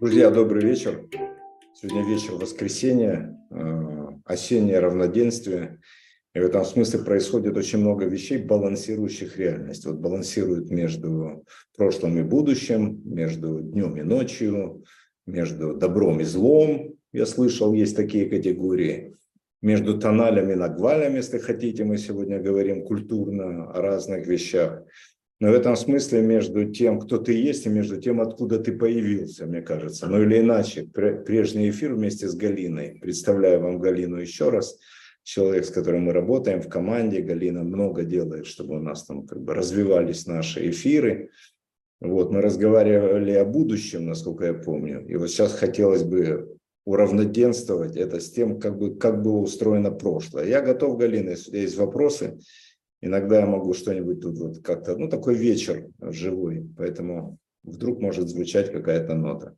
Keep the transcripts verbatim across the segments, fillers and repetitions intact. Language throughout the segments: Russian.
Друзья, добрый вечер. Сегодня вечер воскресенья, осеннее равноденствие. И в этом смысле происходит очень много вещей, балансирующих реальность. Вот балансируют между прошлым и будущим, между днем и ночью, между добром и злом. Я слышал, есть такие категории. Между тоналями и нагвалями, если хотите, мы сегодня говорим культурно о разных вещах. Но в этом смысле между тем, кто ты есть, и между тем, откуда ты появился, мне кажется. Ну или иначе, прежний эфир вместе с Галиной. Представляю вам Галину еще раз. Человек, с которым мы работаем в команде. Галина много делает, чтобы у нас там как бы развивались наши эфиры. Вот, мы разговаривали о будущем, насколько я помню. И вот сейчас хотелось бы уравноденствовать это с тем, как бы, как было устроено прошлое. Я готов, Галина, если есть вопросы. Иногда я могу что-нибудь тут вот как-то, ну такой вечер живой, поэтому вдруг может звучать какая-то нота.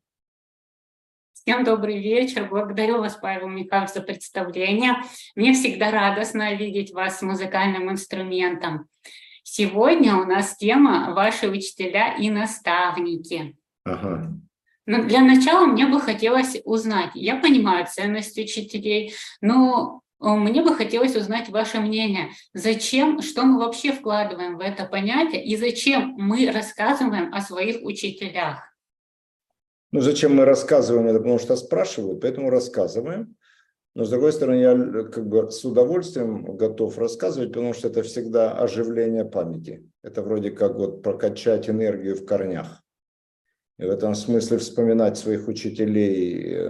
Всем добрый вечер. Благодарю вас, Павел Михайлович, за представление. Мне всегда радостно видеть вас с музыкальным инструментом. Сегодня у нас тема «Ваши учителя и наставники». Ага. Но для начала мне бы хотелось узнать, я понимаю ценность учителей, но мне бы хотелось узнать ваше мнение. Зачем, что мы вообще вкладываем в это понятие и зачем мы рассказываем о своих учителях? Ну, зачем мы рассказываем это? Потому что спрашивают, поэтому рассказываем. Но, с другой стороны, я как бы с удовольствием готов рассказывать, потому что это всегда оживление памяти. Это вроде как вот прокачать энергию в корнях. И в этом смысле вспоминать своих учителей,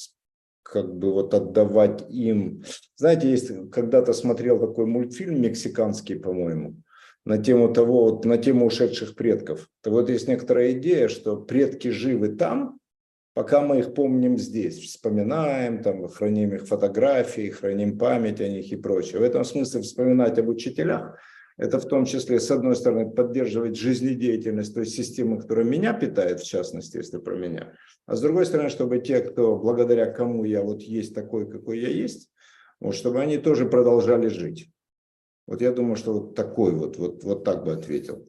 как бы вот отдавать им. Знаете, есть, когда-то смотрел такой мультфильм мексиканский, по-моему, на тему того, вот, на тему ушедших предков. То вот есть некоторая идея, что предки живы там, пока мы их помним здесь, вспоминаем, там, храним их фотографии, храним память о них и прочее. В этом смысле вспоминать об учителях, это в том числе, с одной стороны, поддерживать жизнедеятельность той системы, которая меня питает, в частности, если про меня. А с другой стороны, чтобы те, кто, благодаря кому я вот есть такой, какой я есть, вот, чтобы они тоже продолжали жить. Вот я думаю, что вот такой вот, вот, вот так бы ответил.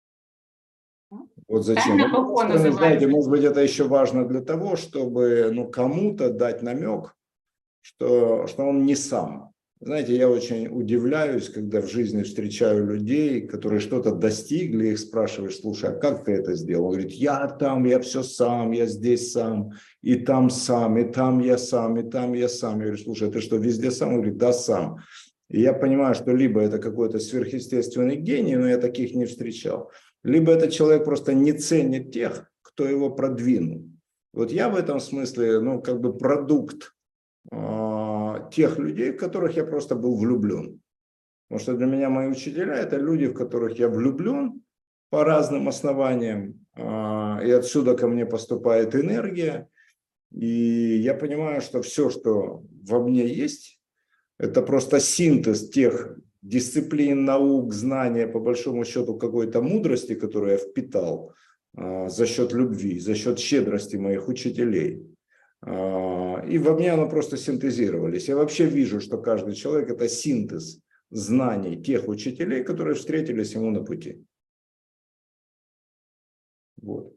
Вот зачем. С другой стороны, знаете, может быть, это еще важно для того, чтобы ну, кому-то дать намек, что, что он не сам. Знаете, я очень удивляюсь, когда в жизни встречаю людей, которые что-то достигли, их спрашиваешь: слушай, а как ты это сделал? Он говорит: я там, я все сам, я здесь сам, и там сам, и там я сам, и там я сам. Я говорю: слушай, ты что, везде сам? Он говорит: да, сам. И я понимаю, что либо это какой-то сверхъестественный гений, но я таких не встречал, либо этот человек просто не ценит тех, кто его продвинул. Вот я в этом смысле, ну, как бы продукт тех людей, в которых я просто был влюблен. Потому что для меня мои учителя – это люди, в которых я влюблен по разным основаниям. И отсюда ко мне поступает энергия. И я понимаю, что все, что во мне есть, это просто синтез тех дисциплин, наук, знания, по большому счету какой-то мудрости, которую я впитал за счет любви, за счет щедрости моих учителей. И во мне оно просто синтезировались. Я вообще вижу, что каждый человек – это синтез знаний тех учителей, которые встретились ему на пути. Вот.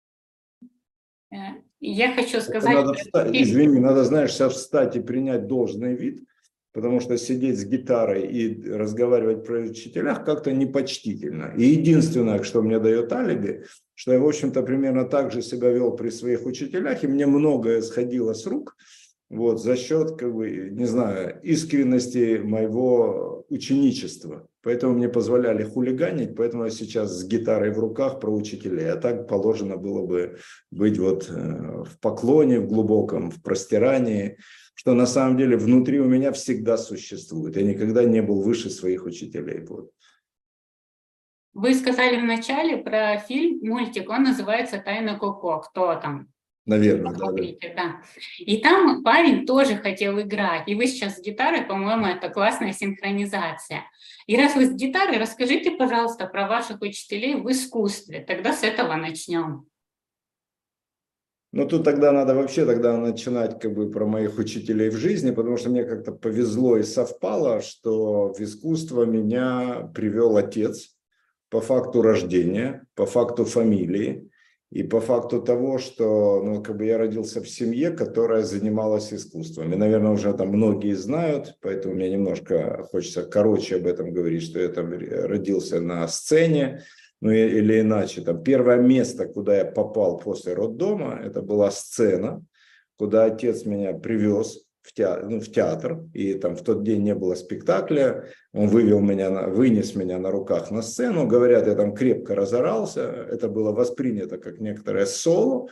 Я хочу сказать… Надо встать, извини, надо, знаешь, сейчас встать и принять должный вид, потому что сидеть с гитарой и разговаривать про учителях как-то непочтительно. И единственное, что мне дает алиби, что я, в общем-то, примерно так же себя вел при своих учителях, и мне многое сходило с рук, вот, за счет, как бы, не знаю, искренности моего ученичества. Поэтому мне позволяли хулиганить, поэтому я сейчас с гитарой в руках про учителей. А так положено было бы быть вот в поклоне, в глубоком, в простирании, что на самом деле внутри у меня всегда существует. Я никогда не был выше своих учителей. Вот. Вы сказали в начале про фильм, мультик, он называется «Тайна Коко». Кто там? Наверное, да, да. да. И там парень тоже хотел играть. И вы сейчас с гитарой, по-моему, это классная синхронизация. И раз вы с гитарой, расскажите, пожалуйста, про ваших учителей в искусстве. Тогда с этого начнем. Ну, тут тогда надо вообще тогда начинать как бы про моих учителей в жизни, потому что мне как-то повезло и совпало, что в искусство меня привел отец по факту рождения, по факту фамилии. И по факту того, что ну, как бы я родился в семье, которая занималась искусством. И, наверное, уже там многие знают, поэтому мне немножко хочется короче об этом говорить, что я там родился на сцене, ну или иначе. Там первое место, куда я попал после роддома, это была сцена, куда отец меня привез в театр, ну, в театр, и там в тот день не было спектакля, он вывел меня, на, вынес меня на руках на сцену, говорят, я там крепко разорался, это было воспринято как некоторое соло,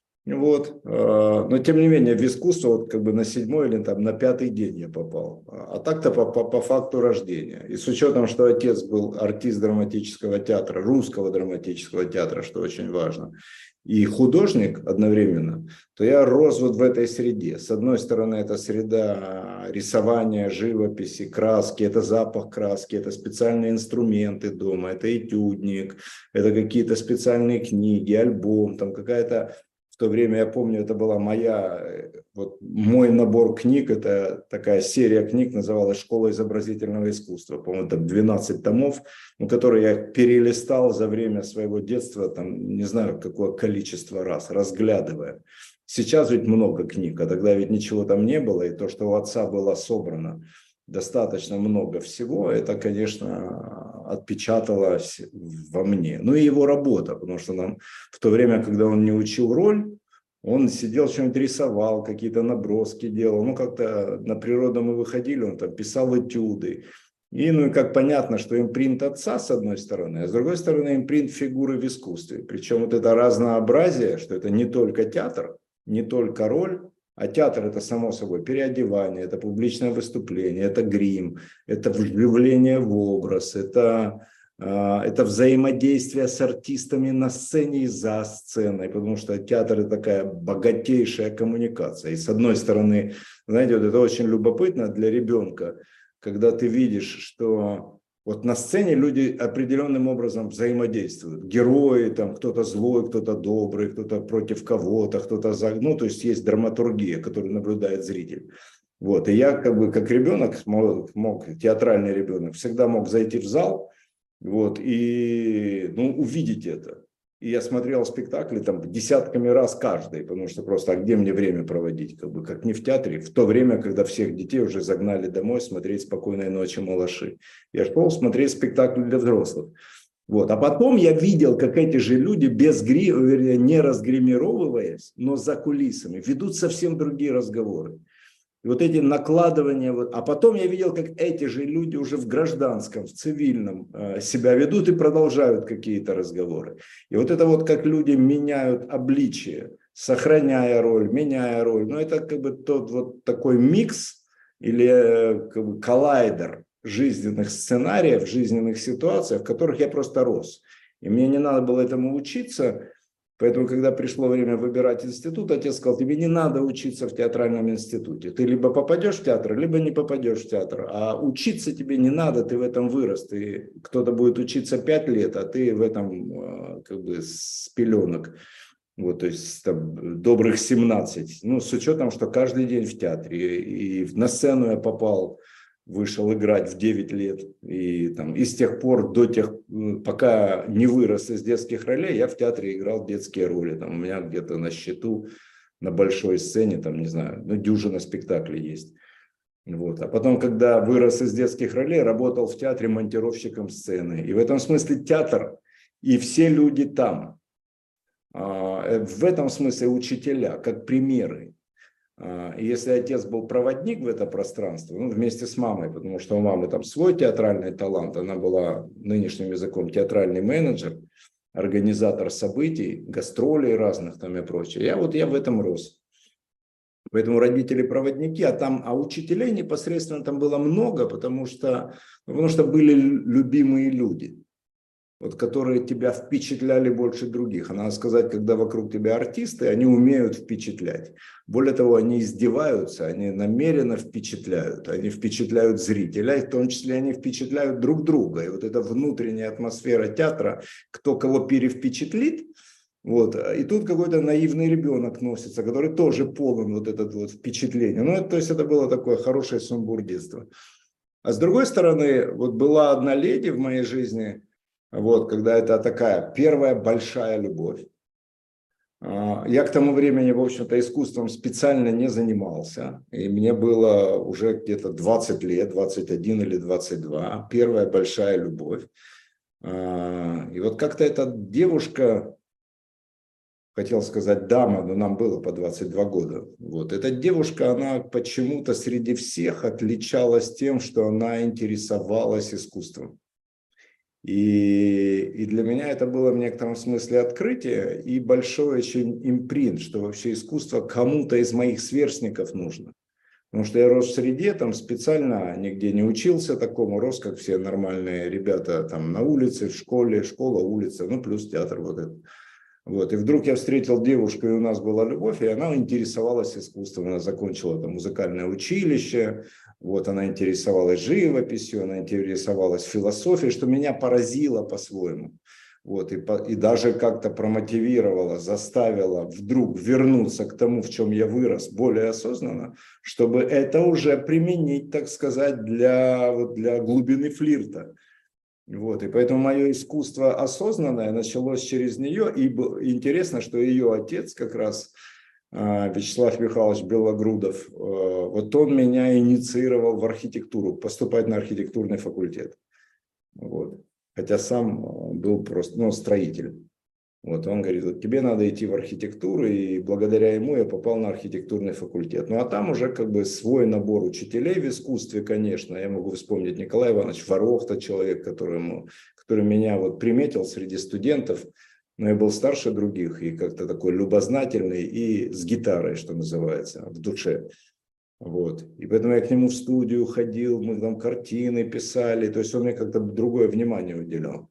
вот, но тем не менее в искусство вот как бы на седьмой или там на пятый день я попал, а так-то по, по, по факту рождения, и с учетом, что отец был артист драматического театра, русского драматического театра, что очень важно, и художник одновременно, то я рос вот в этой среде. С одной стороны, это среда рисования, живописи, краски, это запах краски, это специальные инструменты дома, это этюдник, это какие-то специальные книги, альбом, там какая-то... В то время, я помню, это была моя, вот мой набор книг, это такая серия книг, называлась «Школа изобразительного искусства». По-моему, там двенадцать томов, ну, которые я перелистал за время своего детства, там, не знаю, какое количество раз, разглядывая. Сейчас ведь много книг, а тогда ведь ничего там не было, и то, что у отца было собрано достаточно много всего, это, конечно, отпечаталось во мне. Ну и его работа, потому что нам в то время, когда он не учил роль, он сидел, что-нибудь рисовал, какие-то наброски делал. Ну, как-то на природу мы выходили, он там писал этюды. И, ну, и как понятно, что импринт отца, с одной стороны, а с другой стороны, импринт фигуры в искусстве. Причем вот это разнообразие, что это не только театр, не только роль, а театр – это, само собой, переодевание, это публичное выступление, это грим, это вживление в образ, это, это взаимодействие с артистами на сцене и за сценой, потому что театр – это такая богатейшая коммуникация. И с одной стороны, знаете, вот это очень любопытно для ребенка, когда ты видишь, что... Вот на сцене люди определенным образом взаимодействуют. Герои, там кто-то злой, кто-то добрый, кто-то против кого-то, кто-то за... Ну, то есть есть драматургия, которую наблюдает зритель. Вот. И я как бы как ребенок, мог, мог, театральный ребенок, всегда мог зайти в зал вот, и ну, увидеть это. И я смотрел спектакли там десятками раз каждый, потому что просто, а где мне время проводить, как бы, как не в театре, в то время, когда всех детей уже загнали домой смотреть «Спокойной ночи, малыши». Я шел смотреть спектакль для взрослых. Вот. А потом я видел, как эти же люди, без гри... вернее, не разгримировываясь, но за кулисами, ведут совсем другие разговоры. И вот эти накладывания, вот, а потом я видел, как эти же люди уже в гражданском, в цивильном э, себя ведут и продолжают какие-то разговоры. И вот это вот как люди меняют обличие, сохраняя роль, меняя роль. Но это как бы тот вот такой микс или э, как бы коллайдер жизненных сценариев, жизненных ситуаций, в которых я просто рос. И мне не надо было этому учиться. Поэтому, когда пришло время выбирать институт, отец сказал, тебе не надо учиться в театральном институте. Ты либо попадешь в театр, либо не попадешь в театр. А учиться тебе не надо, ты в этом вырос. Ты, кто-то будет учиться пять лет, а ты в этом как бы с пеленок. Вот, то есть там, добрых семнадцать. Ну, с учетом, что каждый день в театре. И на сцену я попал, вышел играть в девять лет, и, там, и с тех пор, до тех, пока не вырос из детских ролей, я в театре играл детские роли. Там, у меня где-то на счету, на большой сцене, там, не знаю, ну, дюжина спектаклей есть. Вот. А потом, когда вырос из детских ролей, работал в театре монтировщиком сцены. И в этом смысле театр и все люди там. В этом смысле учителя, как примеры. И если отец был проводник в это пространство, ну, вместе с мамой, потому что у мамы там свой театральный талант, она была нынешним языком театральный менеджер, организатор событий, гастролей разных там и прочее. Я вот я в этом рос. Поэтому родители проводники, а там, а учителей непосредственно там было много, потому что, потому что были любимые люди, вот, которые тебя впечатляли больше других. А надо сказать, когда вокруг тебя артисты, они умеют впечатлять. Более того, они издеваются, они намеренно впечатляют, они впечатляют зрителя, и в том числе они впечатляют друг друга. И вот эта внутренняя атмосфера театра, кто кого перевпечатлит, вот, и тут какой-то наивный ребенок носится, который тоже полон вот этот вот впечатление. Ну, это, то есть это было такое хорошее сумбур детства. А с другой стороны, вот была одна леди в моей жизни, вот, когда это такая первая большая любовь. Я к тому времени, в общем-то, искусством специально не занимался. И мне было уже где-то двадцать лет, двадцать один или двадцать два. Первая большая любовь. И вот как-то эта девушка, хотел сказать дама, но нам было по двадцать два года. Вот. Эта девушка, она почему-то среди всех отличалась тем, что она интересовалась искусством. И, и для меня это было в некотором смысле открытие и большой очень импринт, что вообще искусство кому-то из моих сверстников нужно. Потому что я рос в среде, там специально нигде не учился такому, рос, как все нормальные ребята, там на улице, в школе, школа, улица, ну плюс театр вот этот. Вот. И вдруг я встретил девушку, и у нас была любовь, и она интересовалась искусством. Она закончила там музыкальное училище, вот, она интересовалась живописью, она интересовалась философией, что меня поразило по-своему. Вот, и, по, и даже как-то промотивировала, заставила вдруг вернуться к тому, в чем я вырос, более осознанно, чтобы это уже применить, так сказать, для, вот, для глубины флирта. Вот, и поэтому мое искусство осознанное началось через нее, и интересно, что ее отец как раз, Вячеслав Михайлович Белогрудов, вот он меня инициировал в архитектуру, поступать на архитектурный факультет, вот. Хотя сам был просто, ну, строитель. Вот он говорит, вот тебе надо идти в архитектуру, и благодаря ему я попал на архитектурный факультет. Ну а там уже как бы свой набор учителей в искусстве, конечно. Я могу вспомнить Николай Иванович Ворохта, человек, которому, который меня вот приметил среди студентов, но я был старше других, и как-то такой любознательный, и с гитарой, что называется, в душе. Вот. И поэтому я к нему в студию ходил, мы там картины писали, то есть он мне как-то другое внимание уделял.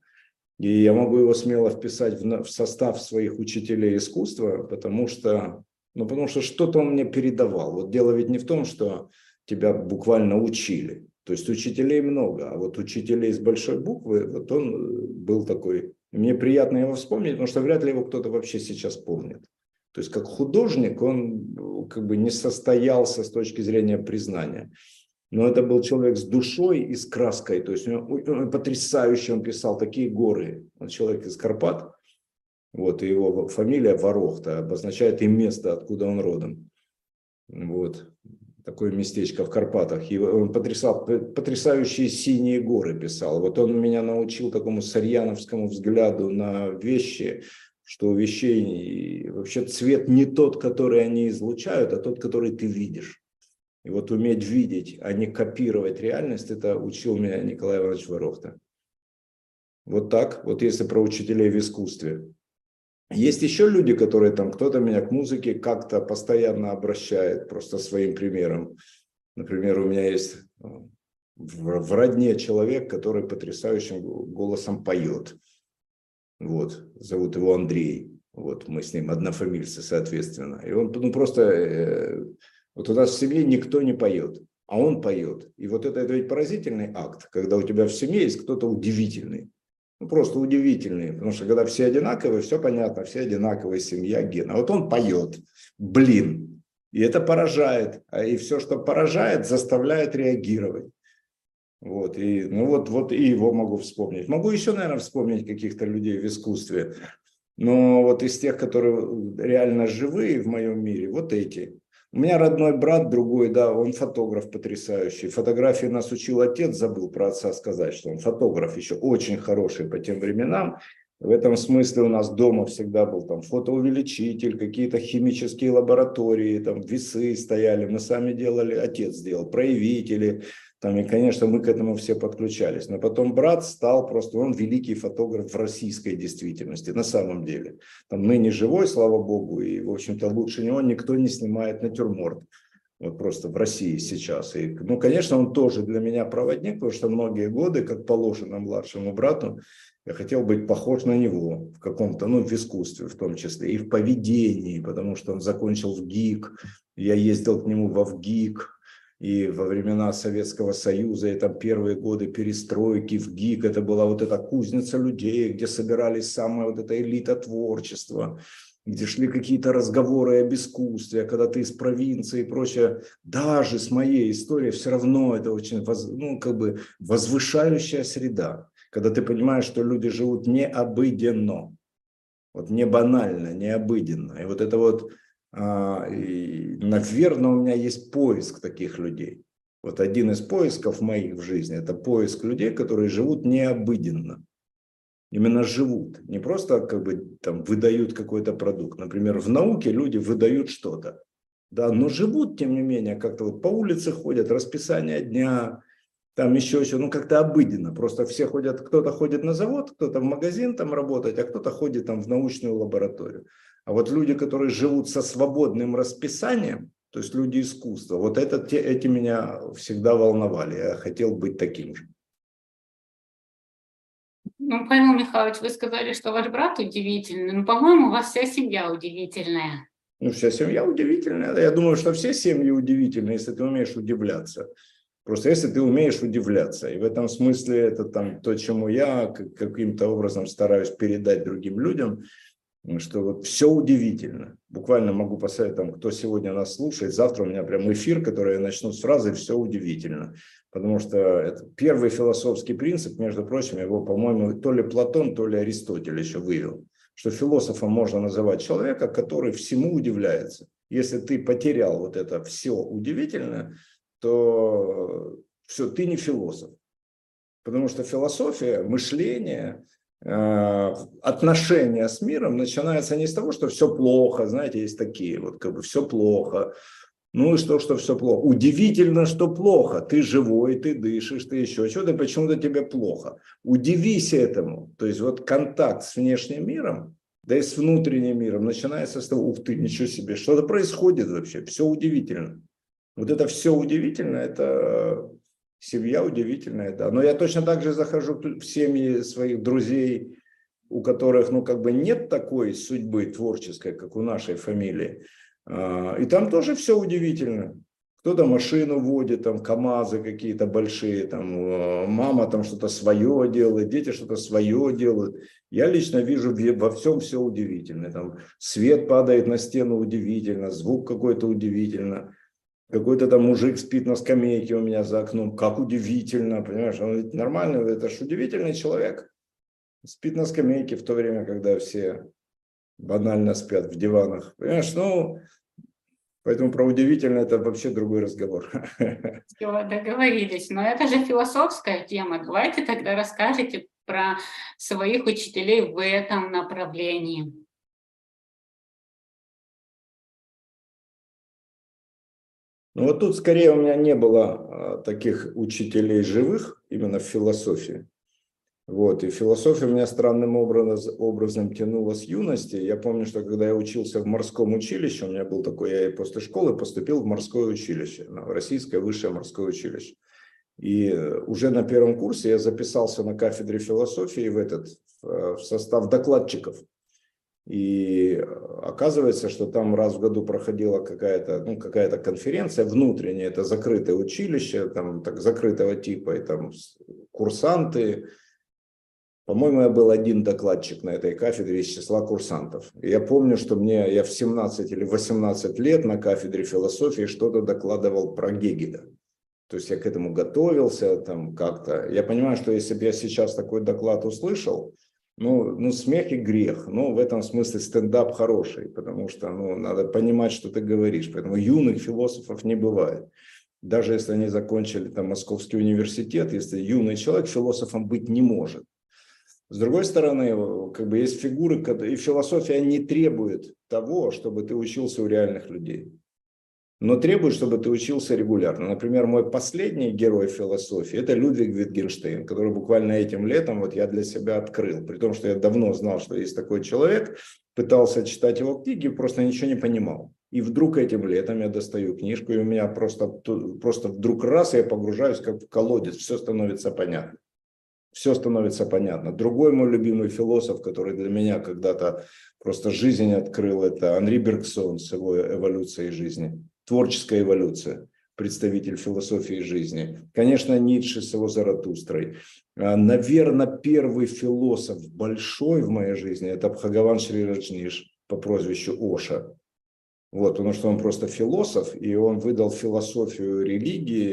И я могу его смело вписать в, в состав своих учителей искусства, потому что, ну, потому что что-то он мне передавал. Вот дело ведь не в том, что тебя буквально учили. То есть учителей много, а вот учителей с большой буквы, вот он был такой. Мне приятно его вспомнить, потому что вряд ли его кто-то вообще сейчас помнит. То есть как художник он как бы не состоялся с точки зрения признания. Но это был человек с душой и с краской. То есть он потрясающе, он писал такие горы. Он человек из Карпат. Вот, и его фамилия Ворохта обозначает и место, откуда он родом. Вот. Такое местечко в Карпатах. И он потрясал, потрясающие синие горы писал. Вот он меня научил такому сарьяновскому взгляду на вещи, что у вещей вообще цвет не тот, который они излучают, а тот, который ты видишь. И вот уметь видеть, а не копировать реальность, это учил меня Николай Иванович Ворохта. Вот так, вот если про учителей в искусстве. Есть еще люди, которые там, кто-то меня к музыке как-то постоянно обращает, просто своим примером. Например, у меня есть в, в родне человек, который потрясающим голосом поет. Вот, зовут его Андрей. Вот мы с ним однофамильцы, соответственно. И он ну, просто... Вот у нас в семье никто не поет, а он поет. И вот это, это ведь поразительный акт, когда у тебя в семье есть кто-то удивительный. Ну, просто удивительный. Потому что когда все одинаковые, все понятно, все одинаковые, семья, ген. А вот он поет. Блин. И это поражает. И все, что поражает, заставляет реагировать. Вот. И, ну вот, вот и его могу вспомнить. Могу еще, наверное, вспомнить каких-то людей в искусстве. Но вот из тех, которые реально живые в моем мире, вот эти. У меня родной брат, другой, да, он фотограф потрясающий. Фотографии нас учил отец, забыл про отца сказать, что он фотограф еще очень хороший по тем временам. В этом смысле у нас дома всегда был там фотоувеличитель, какие-то химические лаборатории, там весы стояли, мы сами делали, отец делал, проявители. Там, и, конечно, мы к этому все подключались. Но потом брат стал просто, он великий фотограф в российской действительности, на самом деле. Там ныне живой, слава богу, и, в общем-то, лучше него никто не снимает натюрморт. Вот просто в России сейчас. И, ну, конечно, он тоже для меня проводник, потому что многие годы, как положено младшему брату, я хотел быть похож на него в каком-то, ну, в искусстве в том числе, и в поведении, потому что он закончил в ГИК, я ездил к нему во ВГИК. И во времена Советского Союза, и там первые годы перестройки в ГИК, это была вот эта кузница людей, где собирались самая вот эта элита творчества, где шли какие-то разговоры об искусстве, когда ты из провинции и прочее. Даже с моей историей все равно это очень, ну, как бы возвышающая среда, когда ты понимаешь, что люди живут необыденно. Вот не банально, не обыденно. И вот это вот, а, и, наверное, у меня есть поиск таких людей. Вот один из поисков моих в жизни – это поиск людей, которые живут необыденно. Именно живут, не просто как бы там выдают какой-то продукт. Например, в науке люди выдают что-то, да, но живут, тем не менее, как-то вот по улице ходят, расписание дня, там еще еще, ну как-то обыденно. Просто все ходят, кто-то ходит на завод, кто-то в магазин там работать, а кто-то ходит там в научную лабораторию. А вот люди, которые живут со свободным расписанием, то есть люди искусства, вот это, те, эти меня всегда волновали. Я хотел быть таким же. Ну, Павел Михайлович, вы сказали, что ваш брат удивительный. Ну, по-моему, у вас вся семья удивительная. Ну, вся семья удивительная. Я думаю, что все семьи удивительны, если ты умеешь удивляться. Просто если ты умеешь удивляться. И в этом смысле это там то, чему я каким-то образом стараюсь передать другим людям, что вот все удивительно. Буквально могу поставить, там, кто сегодня нас слушает, завтра у меня прям эфир, который я начну с фразы «все удивительно». Потому что это первый философский принцип, между прочим, его, по-моему, то ли Платон, то ли Аристотель еще вывел, что философом можно называть человека, который всему удивляется. Если ты потерял вот это все удивительное, то все, ты не философ. Потому что философия, мышление, отношения с миром начинается не с того, что все плохо, знаете, есть такие, вот как бы все плохо. Ну и что, что все плохо? Удивительно, что плохо. Ты живой, ты дышишь, ты еще что-то, почему-то тебе плохо. Удивись этому. То есть вот контакт с внешним миром, да и с внутренним миром начинается с того, ух ты, ничего себе, что-то происходит вообще, все удивительно. Вот это все удивительно, это семья удивительная, да. Но я точно так же захожу в семьи своих друзей, у которых, ну, как бы нет такой судьбы творческой, как у нашей фамилии. И там тоже все удивительно. Кто-то машину водит, там КАМАЗы какие-то большие, там мама там что-то свое делает, дети что-то свое делают. Я лично вижу во всем все удивительно. Там свет падает на стену удивительно, звук какой-то удивительно. Какой-то там мужик спит на скамейке у меня за окном. Как удивительно, понимаешь? Он ведь нормальный, это ж удивительный человек. Спит на скамейке в то время, когда все банально спят в диванах. Понимаешь, ну, поэтому про удивительно это вообще другой разговор. Все, договорились. Но это же философская тема. Давайте тогда расскажите про своих учителей в этом направлении. Ну вот тут скорее у меня не было а, таких учителей живых, именно в философии. Вот, и философия меня странным образом, образом тянула с юности. Я помню, что когда я учился в морском училище, у меня был такой, я и после школы поступил в морское училище, в Российское высшее морское училище. И уже на первом курсе я записался на кафедре философии в этот, в состав докладчиков. И оказывается, что там раз в году проходила какая-то, ну, какая-то конференция внутренняя, это закрытое училище, там так, закрытого типа, и там курсанты. По-моему, я был один докладчик на этой кафедре из числа курсантов. И я помню, что мне, я в семнадцать или восемнадцать лет на кафедре философии что-то докладывал про Гегеля. То есть я к этому готовился там как-то. Я понимаю, что если бы я сейчас такой доклад услышал, ну, ну смех и грех. Ну, в этом смысле стендап хороший, потому что ну, надо понимать, что ты говоришь. Поэтому юных философов не бывает. Даже если они закончили там Московский университет, если юный человек философом быть не может. С другой стороны, как бы есть фигуры, и философия не требует того, чтобы ты учился у реальных людей, но требует, чтобы ты учился регулярно. Например, мой последний герой философии – это Людвиг Витгенштейн, который буквально этим летом вот я для себя открыл, при том, что я давно знал, что есть такой человек, пытался читать его книги, просто ничего не понимал. И вдруг этим летом я достаю книжку, и у меня просто, просто вдруг раз я погружаюсь как в колодец, все становится понятно. Все становится понятно. Другой мой любимый философ, который для меня когда-то просто жизнь открыл, это Анри Бергсон с его эволюцией жизни. Творческая эволюция, представитель философии жизни. Конечно, Ницше с его Заратустрой. Наверное, первый философ большой в моей жизни – это Бхагаван Шри Раджниш по прозвищу Оша. Вот, потому что он просто философ, и он выдал философию религии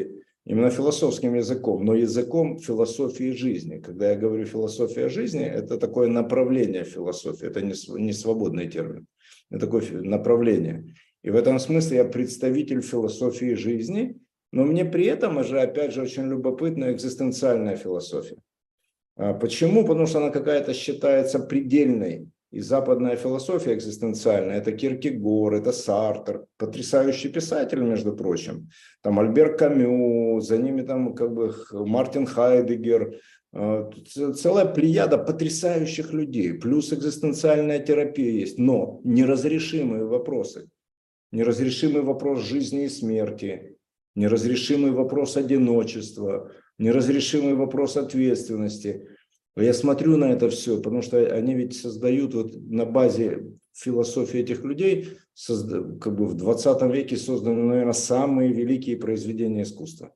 Именно философским языком, но языком философии жизни. Когда я говорю философия жизни, это такое направление философии, это не свободный термин, это такое направление. И в этом смысле я представитель философии жизни, но мне при этом же, опять же, очень любопытна экзистенциальная философия. Почему? Потому что она какая-то считается предельной. И западная философия экзистенциальная, это Киркегор, это Сартр, потрясающий писатель, между прочим. Там Альбер Камю, за ними там как бы Мартин Хайдеггер, целая плеяда потрясающих людей. Плюс экзистенциальная терапия есть, но неразрешимые вопросы. Неразрешимый вопрос жизни и смерти, неразрешимый вопрос одиночества, неразрешимый вопрос ответственности. Я смотрю на это все, потому что они ведь создают вот на базе философии этих людей, созда, как бы в двадцатом веке созданы, наверное, самые великие произведения искусства.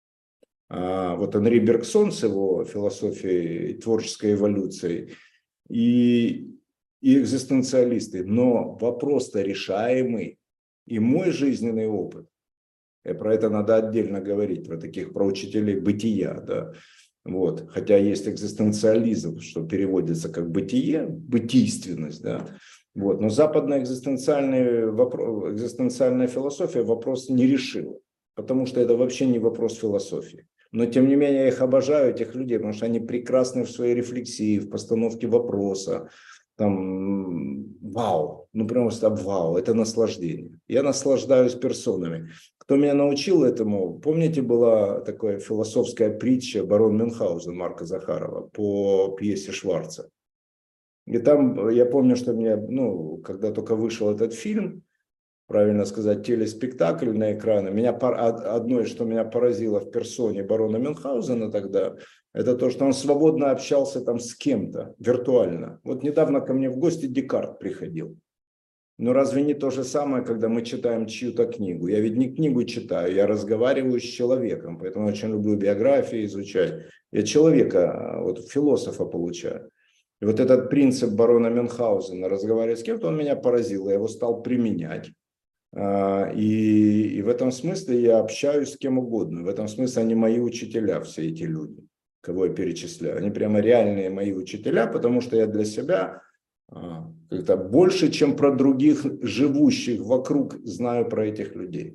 А вот Анри Бергсон с его философией творческой эволюции и, и экзистенциалисты. Но вопрос-то решаемый. И мой жизненный опыт, и про это надо отдельно говорить, про таких, про учителей бытия, да. Вот. Хотя есть экзистенциализм, что переводится как бытие, бытийственность, да. Вот. Но западная экзистенциальная, вопрос, экзистенциальная философия вопрос не решила, потому что это вообще не вопрос философии. Но тем не менее я их обожаю, этих людей, потому что они прекрасны в своей рефлексии, в постановке вопроса. Там, вау, ну просто вау, это наслаждение. Я наслаждаюсь персонами. Кто меня научил этому, помните, была такая философская притча «Барон Мюнхгаузен» Марка Захарова по пьесе Шварца. И там, я помню, что мне, ну, когда только вышел этот фильм, правильно сказать, телеспектакль на экраны, меня, одно, что меня поразило в персоне барона Мюнхгаузена тогда, это то, что он свободно общался там с кем-то, виртуально. Вот недавно ко мне в гости Декарт приходил. Но разве не то же самое, когда мы читаем чью-то книгу? Я ведь не книгу читаю, я разговариваю с человеком, поэтому очень люблю биографии изучать. Я человека, вот философа получаю. И вот этот принцип барона Мюнхгаузена, разговаривать с кем-то, он меня поразил, я его стал применять. И, и в этом смысле я общаюсь с кем угодно. В этом смысле они мои учителя, все эти люди, кого я перечисляю. Они прямо реальные мои учителя, потому что я для себя как-то больше, чем про других живущих вокруг, знаю про этих людей.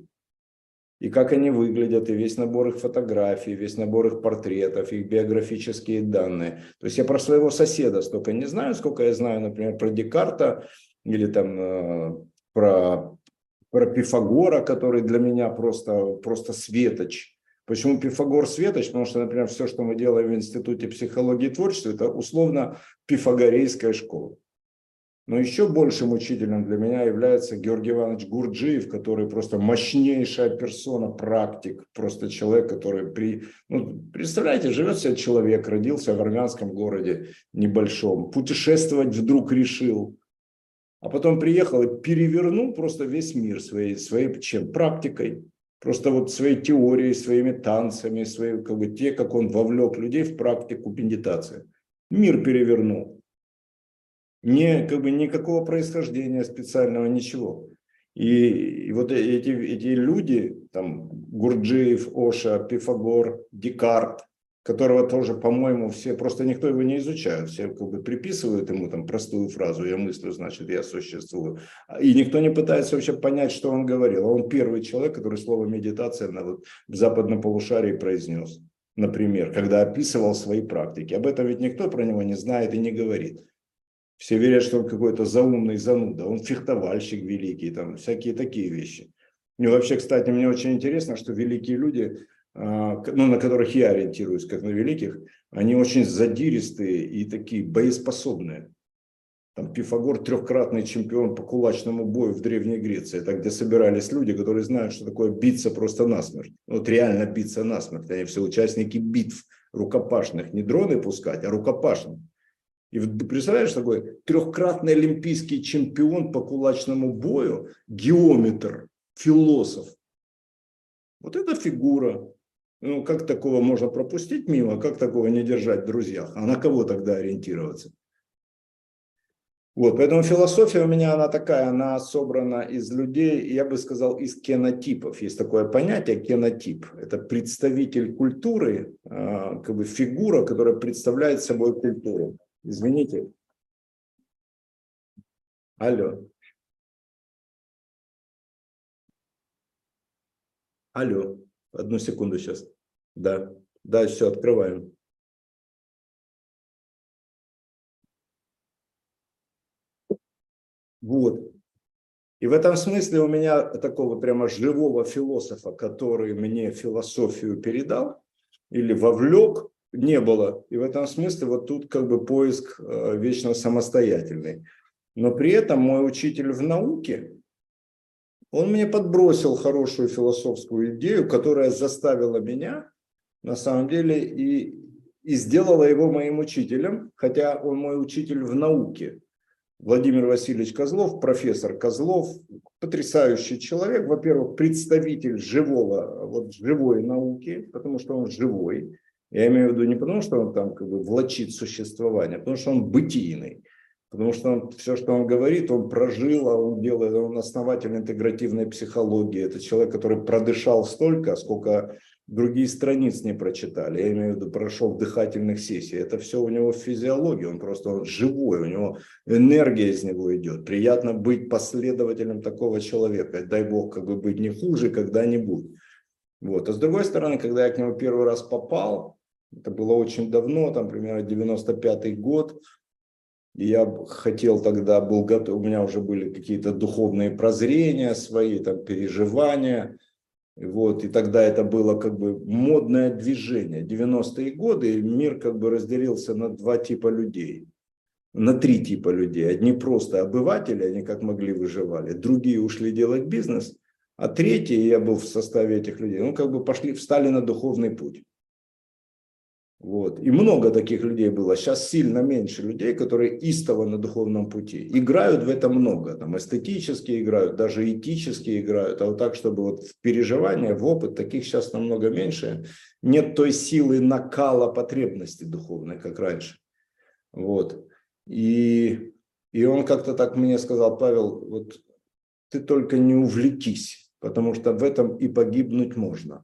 И как они выглядят, и весь набор их фотографий, весь набор их портретов, их биографические данные. То есть я про своего соседа столько не знаю, сколько я знаю, например, про Декарта или там про... про Пифагора, который для меня просто, просто светоч. Почему Пифагор светоч? Потому что, например, все, что мы делаем в Институте психологии и творчества, это условно пифагорейская школа. Но еще большим учителем для меня является Георгий Иванович Гурджиев, который просто мощнейшая персона, практик, просто человек, который, при, ну, представляете, живет себе человек, родился в армянском городе небольшом, путешествовать вдруг решил. А потом приехал и перевернул просто весь мир своей, своей чем? Практикой. Просто вот своей теорией, своими танцами, своей, как бы, те, как он вовлек людей в практику медитации. Мир перевернул. Не, как бы, никакого происхождения специального, ничего. И, и вот эти, эти люди, там, Гурджиев, Оша, Пифагор, Декарт, которого тоже, по-моему, все, просто никто его не изучает, все как бы приписывают ему там простую фразу «я мыслю, значит, я существую». И никто не пытается вообще понять, что он говорил. А он первый человек, который слово «медитация» на, вот, в западном полушарии произнес, например, когда описывал свои практики. Об этом ведь никто про него не знает и не говорит. Все верят, что он какой-то заумный зануда, он фехтовальщик великий, там всякие такие вещи. И вообще, кстати, мне очень интересно, что великие люди, ну, на которых я ориентируюсь, как на великих, они очень задиристые и такие боеспособные. Там Пифагор трехкратный чемпион по кулачному бою в Древней Греции, это где собирались люди, которые знают, что такое биться просто насмерть. Вот реально биться насмерть. Они все участники битв рукопашных, не дроны пускать, а рукопашных. И представляешь, такой трехкратный олимпийский чемпион по кулачному бою, геометр, философ. Вот эта фигура. Ну, как такого можно пропустить мимо, как такого не держать в друзьях? А на кого тогда ориентироваться? Вот, поэтому философия у меня, она такая, она собрана из людей, я бы сказал, из кенотипов. Есть такое понятие кенотип. Это представитель культуры, как бы фигура, которая представляет собой культуру. Извините. Алло. Алло. Одну секунду сейчас. Да. Да, все, открываем. Вот. И в этом смысле у меня такого прямо живого философа, который мне философию передал или вовлек, не было. И в этом смысле вот тут как бы поиск э, вечно самостоятельный. Но при этом мой учитель в науке, он мне подбросил хорошую философскую идею, которая заставила меня, на самом деле, и, и сделала его моим учителем, хотя он мой учитель в науке. Владимир Васильевич Козлов, профессор Козлов, потрясающий человек, во-первых, представитель живого, вот живой науки, потому что он живой. Я имею в виду не потому, что он там как бы влачит существование, а потому что он бытийный. Потому что он, все, что он говорит, он прожил, а он делает, он основатель интегративной психологии. Это человек, который продышал столько, сколько другие страниц не прочитали. Я имею в виду, прошел дыхательных сессий. Это все у него в физиологии, он просто он живой, у него энергия из него идет. Приятно быть последователем такого человека. Дай бог, как бы быть не хуже когда-нибудь. Вот. А с другой стороны, когда я к нему первый раз попал, это было очень давно, там примерно девяносто пятый год, и я хотел тогда, был готов, у меня уже были какие-то духовные прозрения свои, там, переживания. Вот, и тогда это было как бы модное движение. девяностые годы мир как бы разделился на два типа людей. На три типа людей. Одни просто обыватели, они как могли выживали. Другие ушли делать бизнес. А третьи, я был в составе этих людей, ну как бы пошли, встали на духовный путь. Вот. И много таких людей было. Сейчас сильно меньше людей, которые истово на духовном пути. Играют в это много. Там эстетически играют, даже этически играют. А вот так, чтобы вот в переживания, в опыт, таких сейчас намного меньше. Нет той силы накала потребности духовной, как раньше. Вот. И, и он как-то так мне сказал: Павел, вот ты только не увлекись, потому что в этом и погибнуть можно.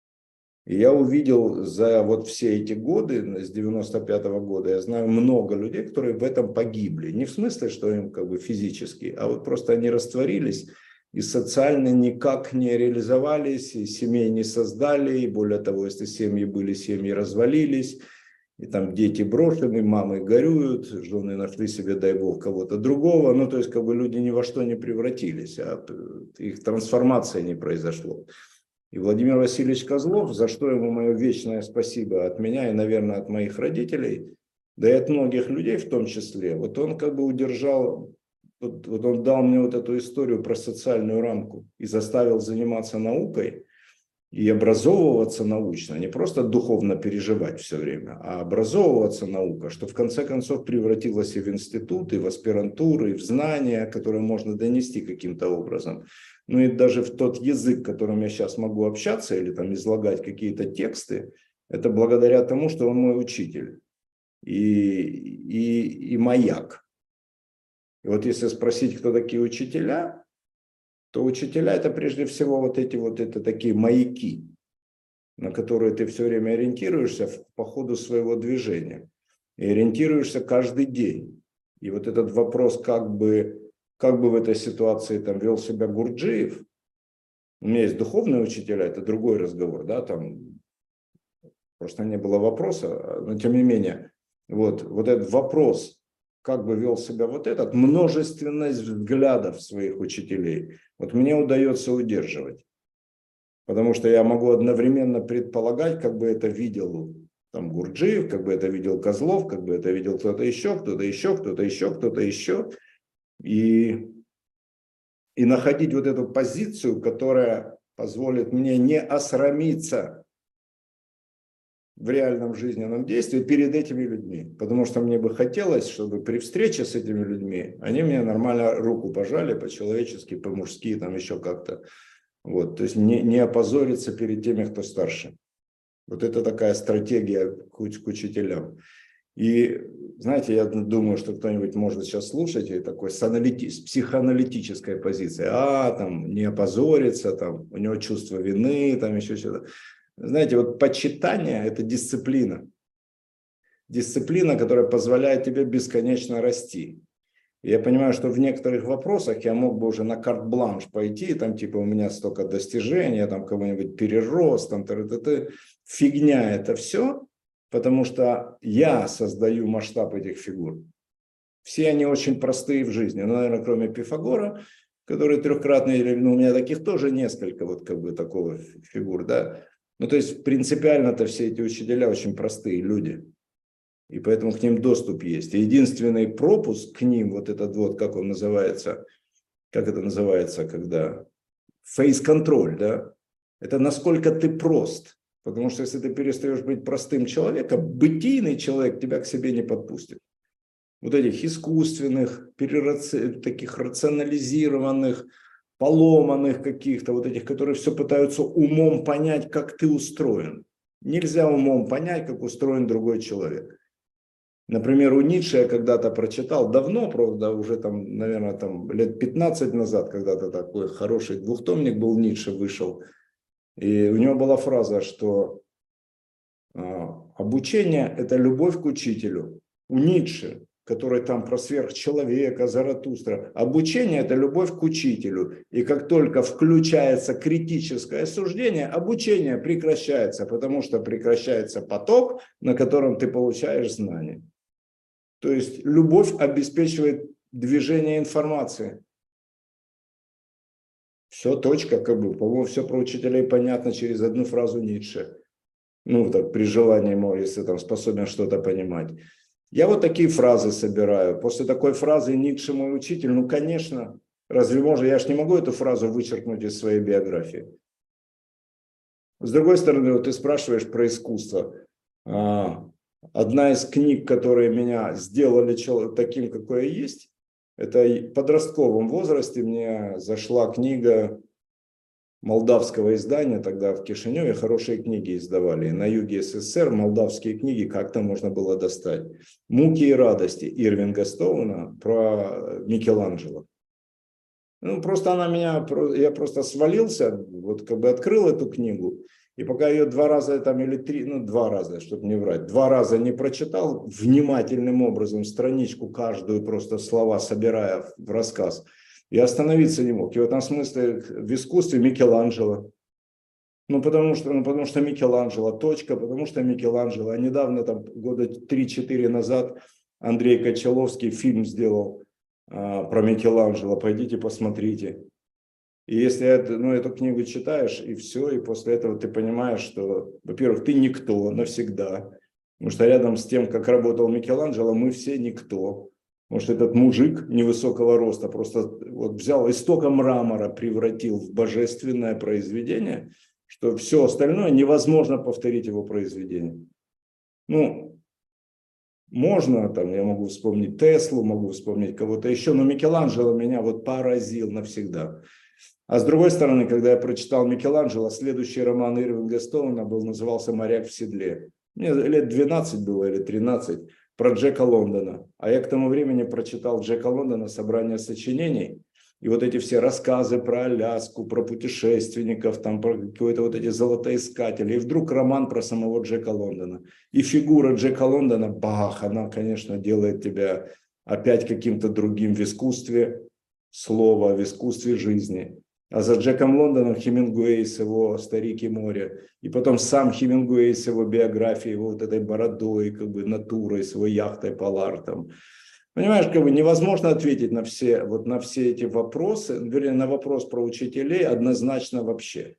И я увидел за вот все эти годы, с девяносто пятого года, я знаю много людей, которые в этом погибли. Не в смысле, что им как бы физически, а вот просто они растворились и социально никак не реализовались, и семей не создали, и более того, если семьи были, семьи развалились, и там дети брошены, мамы горюют, жены нашли себе, дай бог, кого-то другого. Ну, то есть, как бы люди ни во что не превратились, а их трансформация не произошло. И Владимир Васильевич Козлов, за что ему мое вечное спасибо от меня и, наверное, от моих родителей, да и от многих людей в том числе, вот он как бы удержал, вот, вот он дал мне вот эту историю про социальную рамку и заставил заниматься наукой и образовываться научно, не просто духовно переживать все время, а образовываться наука, что в конце концов превратилось и в институт, и в аспирантуру, и в знания, которые можно донести каким-то образом. Ну и даже в тот язык, которым я сейчас могу общаться или там излагать какие-то тексты, это благодаря тому, что он мой учитель и, и, и маяк. И вот если спросить, кто такие учителя, то учителя это прежде всего вот эти вот это такие маяки, на которые ты все время ориентируешься по ходу своего движения. И ориентируешься каждый день. И вот этот вопрос, как бы... Как бы в этой ситуации там вел себя Гурджиев, у меня есть духовные учителя, это другой разговор, да, там просто не было вопроса, но тем не менее, вот, вот этот вопрос, как бы вел себя вот этот, множественность взглядов своих учителей, вот мне удается удерживать, потому что я могу одновременно предполагать, как бы это видел там Гурджиев, как бы это видел Козлов, как бы это видел кто-то еще, кто-то еще, кто-то еще, кто-то еще. И, и находить вот эту позицию, которая позволит мне не осрамиться в реальном жизненном действии перед этими людьми. Потому что мне бы хотелось, чтобы при встрече с этими людьми они мне нормально руку пожали, по-человечески, по-мужски, там еще как-то. Вот, то есть не, не опозориться перед теми, кто старше. Вот это такая стратегия к, к учителям. И, знаете, я думаю, что кто-нибудь может сейчас слушать и такой с, аналити... с психоаналитической позиции. А, там, не опозориться, там, у него чувство вины, там еще что-то. Знаете, вот почитание – это дисциплина. Дисциплина, которая позволяет тебе бесконечно расти. И я понимаю, что в некоторых вопросах я мог бы уже на карт-бланш пойти, там типа у меня столько достижений, я там кого-нибудь перерос, там т-т-т. Фигня это все, потому что я создаю масштаб этих фигур. Все они очень простые в жизни, ну, наверное, кроме Пифагора, который трехкратный, ну, у меня таких тоже несколько, вот как бы такого фигур, да. Ну, то есть принципиально-то все эти учителя очень простые люди. И поэтому к ним доступ есть. И единственный пропуск к ним, вот этот вот, как он называется, как это называется, когда фейс-контроль, да, это насколько ты прост. Потому что если ты перестаешь быть простым человеком, бытийный человек тебя к себе не подпустит. Вот этих искусственных, перераци... таких рационализированных, поломанных каких-то, вот этих, которые все пытаются умом понять, как ты устроен. Нельзя умом понять, как устроен другой человек. Например, у Ницше я когда-то прочитал, давно, правда, уже там, наверное, там лет пятнадцать назад, когда-то такой хороший двухтомник был, Ницше вышел, и у него была фраза, что а, обучение – это любовь к учителю. У Ницше, который там про сверхчеловека, Заратустра, обучение – это любовь к учителю. И как только включается критическое суждение, обучение прекращается, потому что прекращается поток, на котором ты получаешь знания. То есть любовь обеспечивает движение информации. Все, точка, как бы, по-моему, все про учителей понятно через одну фразу Ницше. Ну, так, при желании, если там способен что-то понимать. Я вот такие фразы собираю. После такой фразы Ницше мой учитель, ну, конечно, разве можно, я же не могу эту фразу вычеркнуть из своей биографии. С другой стороны, вот ты спрашиваешь про искусство. Одна из книг, которые меня сделали таким, какой я есть, это в подростковом возрасте мне зашла книга молдавского издания, тогда в Кишиневе хорошие книги издавали. И на юге СССР молдавские книги как-то можно было достать. «Муки и радости» Ирвинга Стоуна про Микеланджело. Ну, просто она меня, я просто свалился, вот как бы открыл эту книгу. И пока ее два раза там или три, ну два раза, чтобы не врать, два раза не прочитал, внимательным образом страничку каждую, просто слова собирая в рассказ, я остановиться не мог. И в этом смысле в искусстве Микеланджело. Ну потому что, ну, потому что Микеланджело, точка, потому что Микеланджело. А недавно, там, года три-четыре назад Андрей Кончаловский фильм сделал а, про Микеланджело. Пойдите посмотрите. И если это, ну, эту книгу читаешь, и все, и после этого ты понимаешь, что, во-первых, ты никто навсегда, потому что рядом с тем, как работал Микеланджело, мы все никто. Потому что этот мужик невысокого роста просто вот взял и столько мрамора превратил в божественное произведение, что все остальное невозможно повторить его произведение. Ну, можно, там, я могу вспомнить Теслу, могу вспомнить кого-то еще, но Микеланджело меня вот поразил навсегда. А с другой стороны, когда я прочитал Микеланджело, следующий роман Ирвинга Стоуна был, назывался «Моряк в седле». Мне лет двенадцать было или тринадцать, про Джека Лондона. А я к тому времени прочитал Джека Лондона «Собрание сочинений». И вот эти все рассказы про Аляску, про путешественников, там, про какие-то вот эти золотоискатели. И вдруг роман про самого Джека Лондона. И фигура Джека Лондона, бах, она, конечно, делает тебя опять каким-то другим в искусстве слова, в искусстве жизни. А за Джеком Лондоном Хемингуэй с его «Старик и море». И потом сам Хемингуэй с его биографией, его вот этой бородой, как бы натурой, с его яхтой Полар. Там. Понимаешь, как бы невозможно ответить на все, вот на все эти вопросы, вернее, на вопрос про учителей однозначно вообще.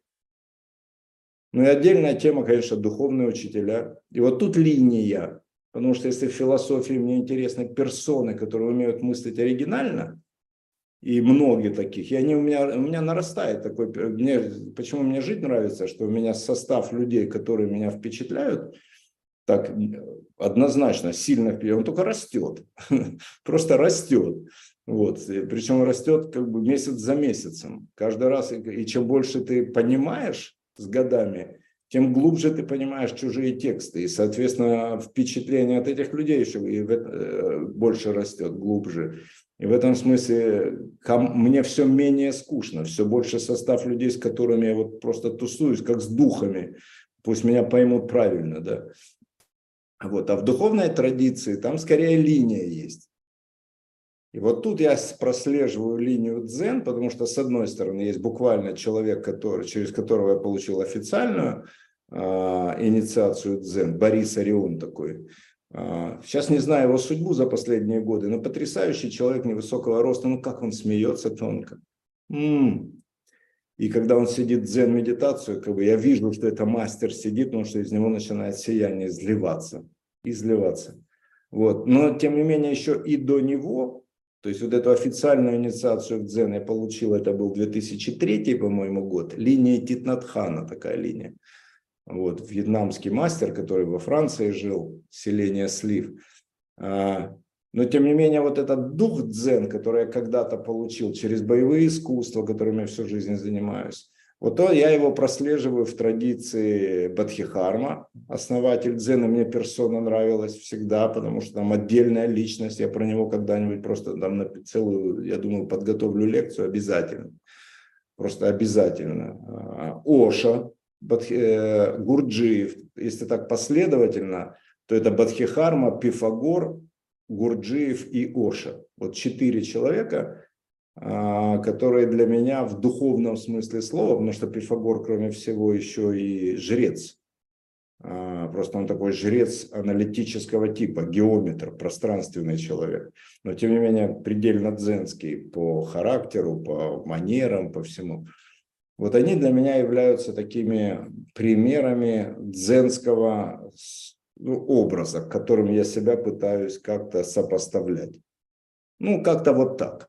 Ну и отдельная тема, конечно, духовные учителя. И вот тут линия. Потому что если в философии мне интересны персоны, которые умеют мыслить оригинально, и многие таких. И они у меня, у меня нарастает такой, мне, почему мне жить нравится, что у меня состав людей, которые меня впечатляют, так однозначно, сильно, он только растет, просто растет. Вот. Причем растет как бы месяц за месяцем. Каждый раз, и чем больше ты понимаешь с годами, тем глубже ты понимаешь чужие тексты. И, соответственно, впечатление от этих людей еще и больше растет, глубже. И в этом смысле мне все менее скучно, все больше состав людей, с которыми я вот просто тусуюсь, как с духами. Пусть меня поймут правильно, да. Вот. А в духовной традиции там скорее линия есть. И вот тут я прослеживаю линию дзен, потому что, с одной стороны, есть буквально человек, который, через которого я получил официальную э, инициацию дзен, Борис Орион такой. Э, сейчас не знаю его судьбу за последние годы, но потрясающий человек невысокого роста. Ну, как он смеется тонко. М-м. И когда он сидит дзен-медитацию, как бы я вижу, что это мастер сидит, потому что из него начинает сияние изливаться. Изливаться. Вот. Но, тем не менее, еще и до него... То есть вот эту официальную инициацию в дзен я получил, это был две тысячи третий, по-моему, год. Линия Тит Нат Хана, такая линия. Вот, вьетнамский мастер, который во Франции жил, селение Слив. Но тем не менее, вот этот дух дзен, который я когда-то получил через боевые искусства, которыми я всю жизнь занимаюсь, вот то я его прослеживаю в традиции Бодхидхарма, основатель дзена. Мне персона нравилась всегда, потому что там отдельная личность. Я про него когда-нибудь просто там на целую, я думаю, подготовлю лекцию обязательно. Просто обязательно. Оша, Бодхи, Гурджиев, если так последовательно, то это Бодхидхарма, Пифагор, Гурджиев и Оша. Вот четыре человека, которые для меня в духовном смысле слова, потому что Пифагор, кроме всего, еще и жрец. Просто он такой жрец аналитического типа, геометр, пространственный человек. Но, тем не менее, предельно дзенский по характеру, по манерам, по всему. Вот они для меня являются такими примерами дзенского, ну, образа, к которым я себя пытаюсь как-то сопоставлять. Ну, как-то вот так.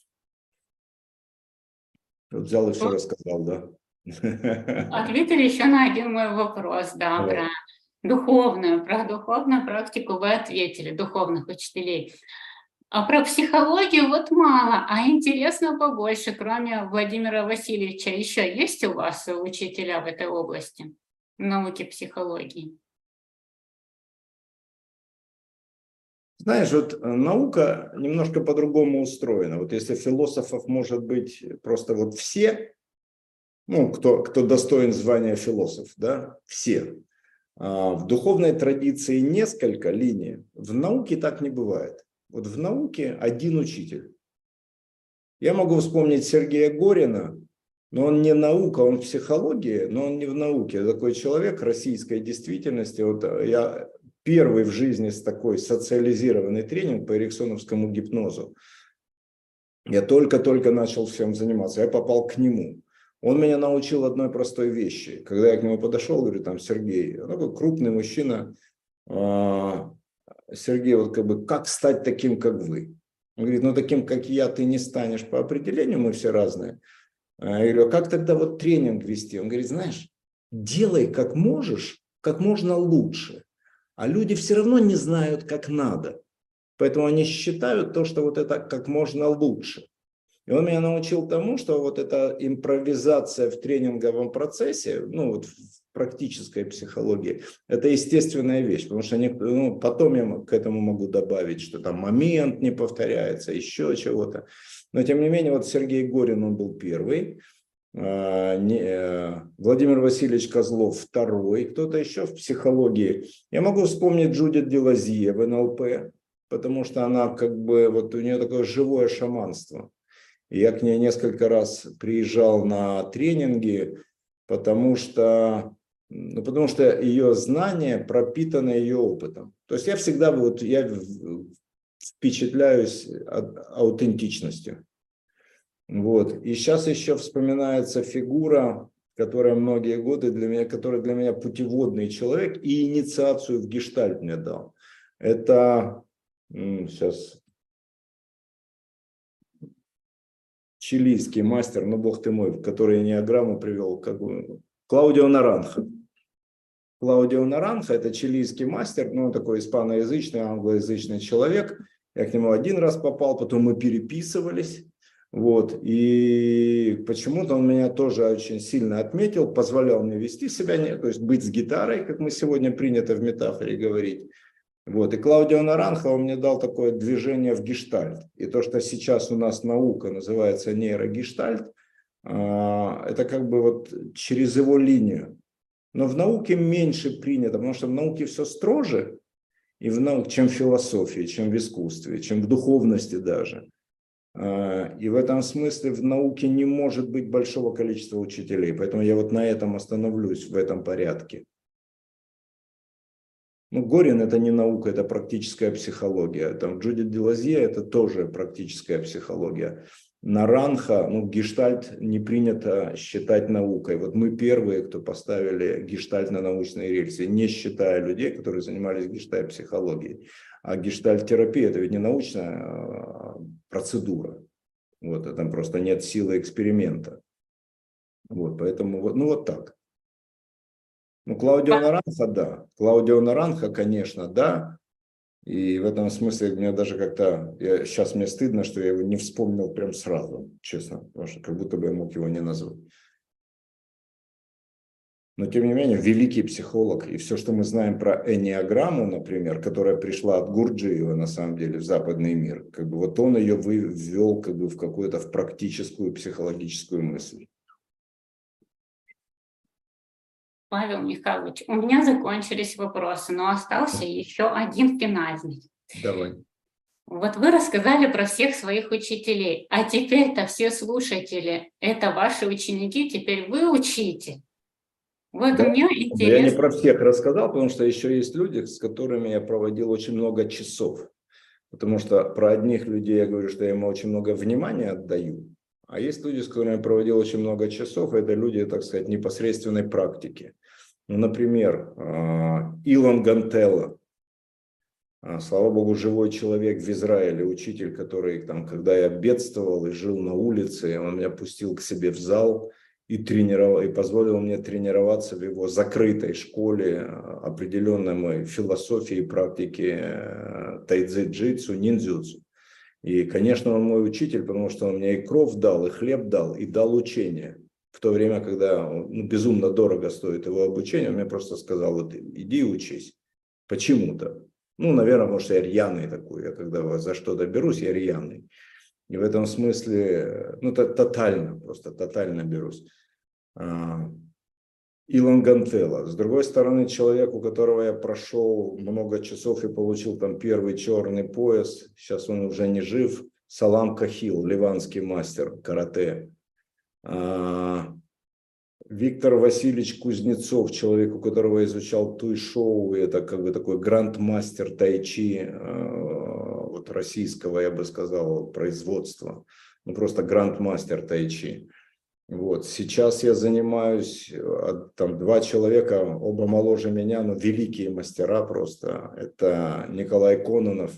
Вот взял и все рассказал, да? Ответили еще на один мой вопрос, да, про духовную, про духовную практику вы ответили, духовных учителей. А про психологию вот мало, а интересно побольше, кроме Владимира Васильевича. Еще есть у вас учителя в этой области, в науке психологии? Знаешь, вот наука немножко по-другому устроена. Вот если философов может быть просто вот все, ну, кто, кто достоин звания философ, да, все. А в духовной традиции несколько линий, в науке так не бывает. Вот в науке один учитель. Я могу вспомнить Сергея Горина, но он не наука, он в психологии, но он не в науке. Это такой человек российской действительности. Вот я первый в жизни с такой социализированный тренинг по эриксоновскому гипнозу. Я только-только начал всем заниматься, я попал к нему. Он меня научил одной простой вещи. Когда я к нему подошел, говорю, там, Сергей, он такой крупный мужчина, Сергей, вот как бы, как стать таким, как вы? Он говорит, ну таким, как я, ты не станешь по определению, мы все разные. Я говорю, а как тогда вот тренинг вести? Он говорит, знаешь, делай как можешь, как можно лучше. А люди все равно не знают, как надо. Поэтому они считают то, что вот это как можно лучше. И он меня научил тому, что вот эта импровизация в тренинговом процессе, ну вот в практической психологии, это естественная вещь. Потому что ну, потом я к этому могу добавить, что там момент не повторяется, еще чего-то. Но тем не менее, вот Сергей Горин, он был первый. Владимир Васильевич Козлов второй. Кто-то еще в психологии. Я могу вспомнить Джудит Делазье в эн эл пэ, потому что она как бы, вот у нее такое живое шаманство. Я к ней несколько раз приезжал на тренинги, потому что, ну, потому что ее знания пропитаны ее опытом. То есть я всегда вот, я впечатляюсь аутентичностью. Вот. И сейчас еще вспоминается фигура, которая многие годы для меня, который для меня путеводный человек и инициацию в гештальт мне дал. Это сейчас... чилийский мастер, ну бог ты мой, который энеограмму привел, как бы, Клаудио Наранхо. Клаудио Наранхо – это чилийский мастер, ну такой испаноязычный, англоязычный человек. Я к нему один раз попал, потом мы переписывались. Вот, и почему-то он меня тоже очень сильно отметил, позволял мне вести себя, то есть быть с гитарой, как мы сегодня принято в метафоре говорить. Вот, и Клаудио Наранхо он мне дал такое движение в гештальт. И то, что сейчас у нас наука называется нейрогештальт, это как бы вот через его линию. Но в науке меньше принято, потому что в науке все строже, и в науке, чем в философии, чем в искусстве, чем в духовности даже. И в этом смысле в науке не может быть большого количества учителей. Поэтому я вот на этом остановлюсь, в этом порядке. Ну, Горин – это не наука, это практическая психология. Там Джудит Делазье – это тоже практическая психология. Наранхо, ну, гештальт не принято считать наукой. Вот мы первые, кто поставили гештальт на научные рельсы, не считая людей, которые занимались гештальт-психологией. А гештальт-терапия – это ведь не научная процедура. Вот, а там просто нет силы эксперимента. Вот, поэтому, вот, ну, вот так. Ну, Клаудио Наранхо, да. Клаудио Наранхо, конечно, да. И в этом смысле мне даже как-то, я, сейчас мне стыдно, что я его не вспомнил прям сразу, честно, потому что как будто бы я мог его не назвать. Но тем не менее, великий психолог, и все, что мы знаем про эннеограмму, например, которая пришла от Гурджиева, на самом деле, в западный мир, как бы вот он ее ввел как бы в какую-то в практическую психологическую мысль. Павел Михайлович, у меня закончились вопросы, но остался еще один финальный. Давай. Вот вы рассказали про всех своих учителей, а теперь-то все слушатели, это ваши ученики, теперь вы учите. Вот да, мне интересно. Я не про всех рассказал, потому что еще есть люди, с которыми я проводил очень много часов. Потому что про одних людей я говорю, что я им очень много внимания отдаю. А есть люди, с которыми я проводил очень много часов, это люди, так сказать, непосредственной практики. Ну, например, Илон Гантелло. Слава Богу, живой человек в Израиле, учитель, который, там, когда я бедствовал и жил на улице, он меня пустил к себе в зал и, тренировал, и позволил мне тренироваться в его закрытой школе определенной моей философии и практики тайцзи-джитсу, ниндзюцу. И, конечно, он мой учитель, потому что он мне и кровь дал, и хлеб дал, и дал учение. В то время, когда ну, безумно дорого стоит его обучение, он мне просто сказал, вот иди учись. Почему-то. Ну, наверное, потому что я рьяный такой. Я когда за что-то берусь, я рьяный. И в этом смысле, ну, тотально, просто тотально берусь. Илон Гантелло. С другой стороны, человек, у которого я прошел много часов и получил там первый черный пояс, сейчас он уже не жив, Салам Кахил, ливанский мастер карате. Виктор Васильевич Кузнецов, человек, у которого изучал туй-шоу, это как бы такой грандмастер тайчи, вот российского, я бы сказал, производства. Ну, просто грандмастер тайчи. Вот. Сейчас я занимаюсь, там два человека, оба моложе меня, но великие мастера просто. Это Николай Кононов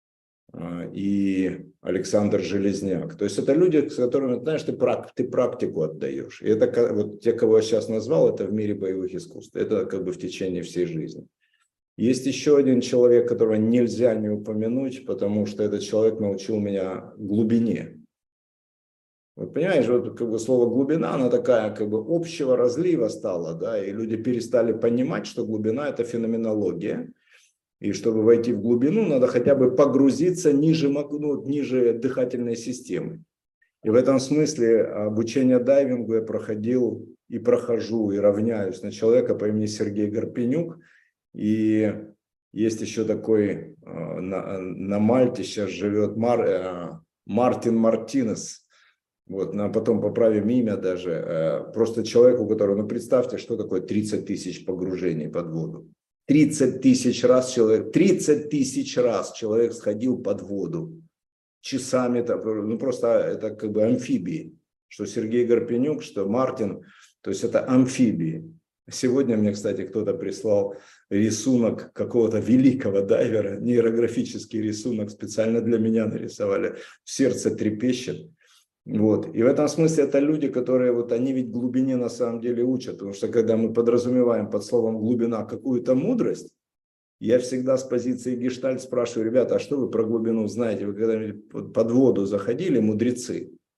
и Александр Железняк. То есть это люди, с которыми, знаешь, ты, прак, ты практику отдаешь. И это вот те, кого я сейчас назвал, это в мире боевых искусств. Это как бы в течение всей жизни. Есть еще один человек, которого нельзя не упомянуть, потому что этот человек научил меня глубине. Вот понимаешь, вот как бы слово глубина, она такая как бы общего разлива стала, да, и люди перестали понимать, что глубина – это феноменология. И чтобы войти в глубину, надо хотя бы погрузиться ниже, ну, ниже дыхательной системы. И в этом смысле обучение дайвингу я проходил и прохожу, и равняюсь на человека по имени Сергей Гарпенюк. И есть еще такой на, на Мальте сейчас живет Мар, Мартин Мартинес. Вот, а потом поправим имя даже. Просто человек, у которого, ну представьте, что такое тридцать тысяч погружений под воду. тридцать тысяч раз человек, тридцать тысяч раз человек сходил под воду. Часами, ну просто это как бы амфибии. Что Сергей Гарпенюк, что Мартин, то есть это амфибии. Сегодня мне, кстати, кто-то прислал рисунок какого-то великого дайвера, нейрографический рисунок специально для меня нарисовали. Сердце трепещет. Вот. И в этом смысле это люди, которые вот они ведь глубине на самом деле учат, потому что когда мы подразумеваем под словом глубина какую-то мудрость, я всегда с позиции гештальт спрашиваю, ребята, а что вы про глубину знаете? Вы когда-нибудь под воду заходили, мудрецы?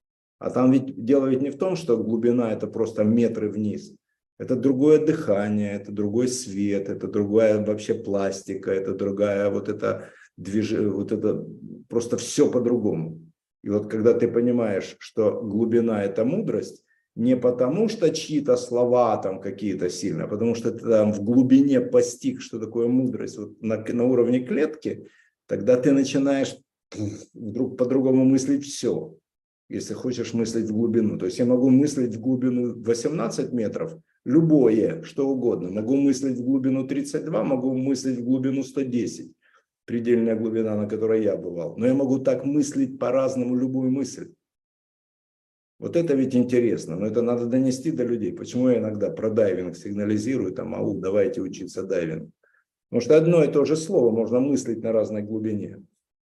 А там ведь дело ведь не в том, что глубина – это просто метры вниз. Это другое дыхание, это другой свет, это другая вообще пластика, это другая вот это движение, вот это просто все по-другому. И вот когда ты понимаешь, что глубина – это мудрость, не потому что чьи-то слова там какие-то сильные, а потому что ты там в глубине постиг, что такое мудрость вот на, на уровне клетки, тогда ты начинаешь вдруг по-другому мыслить все, если хочешь мыслить в глубину. То есть я могу мыслить в глубину восемнадцать метров, любое, что угодно. Могу мыслить в глубину тридцать два, могу мыслить в глубину сто десять, предельная глубина, на которой я бывал. Но я могу так мыслить по-разному любую мысль. Вот это ведь интересно, но это надо донести до людей. Почему я иногда про дайвинг сигнализирую, там, ау, давайте учиться дайвингу. Потому что одно и то же слово можно мыслить на разной глубине.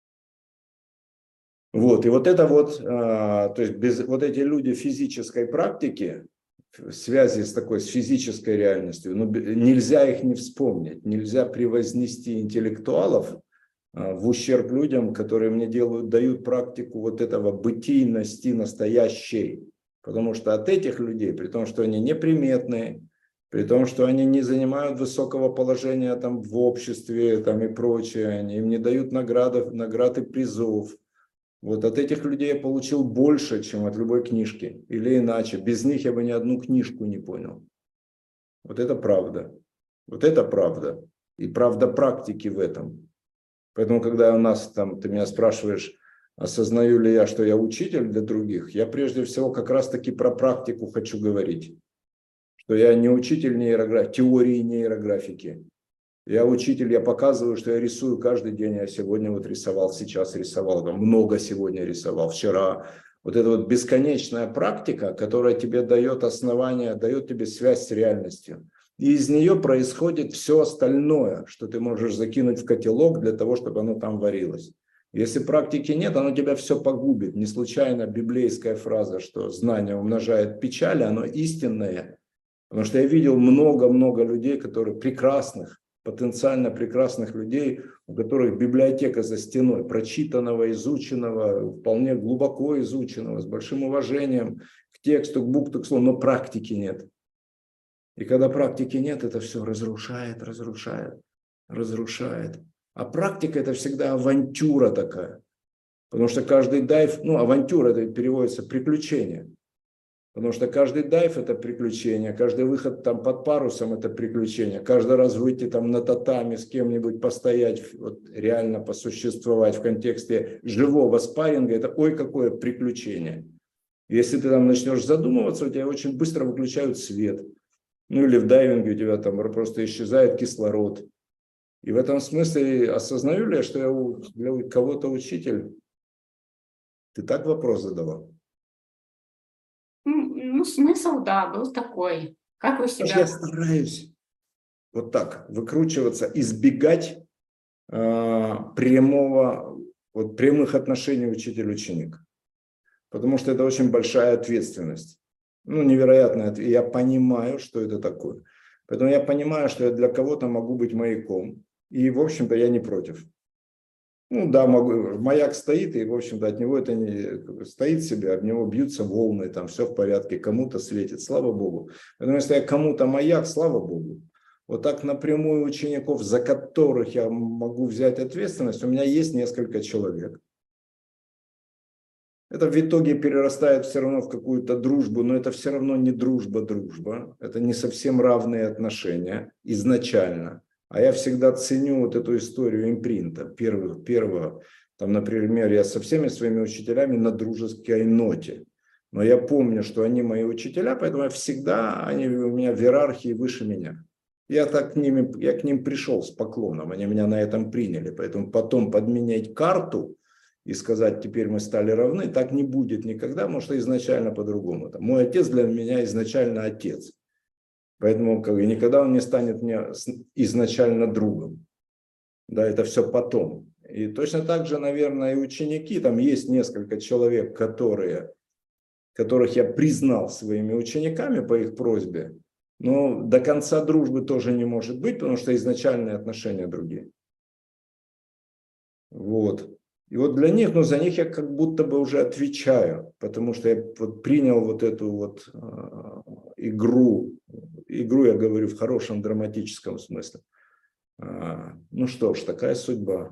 Вот, и вот это вот, а, то есть без вот эти люди физической практики, в связи с такой, с физической реальностью, ну, нельзя их не вспомнить, нельзя превознести интеллектуалов а, в ущерб людям, которые мне делают, дают практику вот этого бытийности настоящей. Потому что от этих людей, при том, что они неприметные, при том, что они не занимают высокого положения там в обществе там, и прочее, они им не дают наград, наград и призов. Вот от этих людей я получил больше, чем от любой книжки. Или иначе, без них я бы ни одну книжку не понял. Вот это правда. Вот это правда. И правда практики в этом. Поэтому, когда у нас там, ты меня спрашиваешь, осознаю ли я, что я учитель для других, я прежде всего как раз таки про практику хочу говорить. Что я не учитель нейрографики, теории нейрографики. Я учитель, я показываю, что я рисую каждый день. Я сегодня вот рисовал, сейчас рисовал, там много сегодня рисовал, вчера. Вот это вот бесконечная практика, которая тебе дает основание, дает тебе связь с реальностью. И из нее происходит все остальное, что ты можешь закинуть в котелок для того, чтобы оно там варилось. Если практики нет, оно тебя все погубит. Не случайно библейская фраза, что знание умножает печаль, оно истинное. Потому что я видел много-много людей, которые прекрасных, потенциально прекрасных людей, у которых библиотека за стеной, прочитанного, изученного, вполне глубоко изученного, с большим уважением к тексту, к букву, к слову, но практики нет. И когда практики нет, это все разрушает, разрушает, разрушает. А практика – это всегда авантюра такая. Потому что каждый дайв, ну, авантюра, это переводится приключение. Потому что каждый дайв – это приключение, каждый выход там под парусом – это приключение, каждый раз выйти там на татами с кем-нибудь постоять, вот, реально посуществовать в контексте живого спарринга – это ой, какое приключение. Если ты там начнешь задумываться, у тебя очень быстро выключают свет. Ну или в дайвинге у тебя там просто исчезает кислород. И в этом смысле осознаю ли я, что я для кого-то учитель? Ты так вопрос задала? Ну, смысл, да, был такой. Как вы себя... Я стараюсь вот так выкручиваться, избегать э, прямого, вот прямых отношений учитель-ученик. Потому что это очень большая ответственность. Ну, невероятная. И я понимаю, что это такое. Поэтому я понимаю, что я для кого-то могу быть маяком. И, в общем-то, я не против. Ну да, могу. Маяк стоит, и, в общем-то, от него это не стоит себе, об него бьются волны, там все в порядке, кому-то светит, слава Богу. Поэтому если я кому-то маяк, слава Богу. Вот так напрямую учеников, за которых я могу взять ответственность, у меня есть несколько человек. Это в итоге перерастает все равно в какую-то дружбу, но это все равно не дружба-дружба. Это не совсем равные отношения изначально. А я всегда ценю вот эту историю импринта. Первых, первого, там, например, я со всеми своими учителями на дружеской ноте. Но я помню, что они мои учителя, поэтому я всегда, они у меня в иерархии выше меня. Я, так к ним, я к ним пришел с поклоном, они меня на этом приняли. Поэтому потом подменять карту и сказать, теперь мы стали равны, так не будет никогда, потому что изначально по-другому. Мой отец для меня изначально отец. Поэтому как бы, никогда он не станет мне изначально другом. Да, это все потом. И точно так же, наверное, и ученики. Там есть несколько человек, которые, которых я признал своими учениками по их просьбе. Но до конца дружбы тоже не может быть, потому что изначальные отношения другие. Вот. И вот для них, ну, за них я как будто бы уже отвечаю, потому что я вот принял вот эту вот э, игру, игру я говорю в хорошем драматическом смысле. А, ну что ж, такая судьба.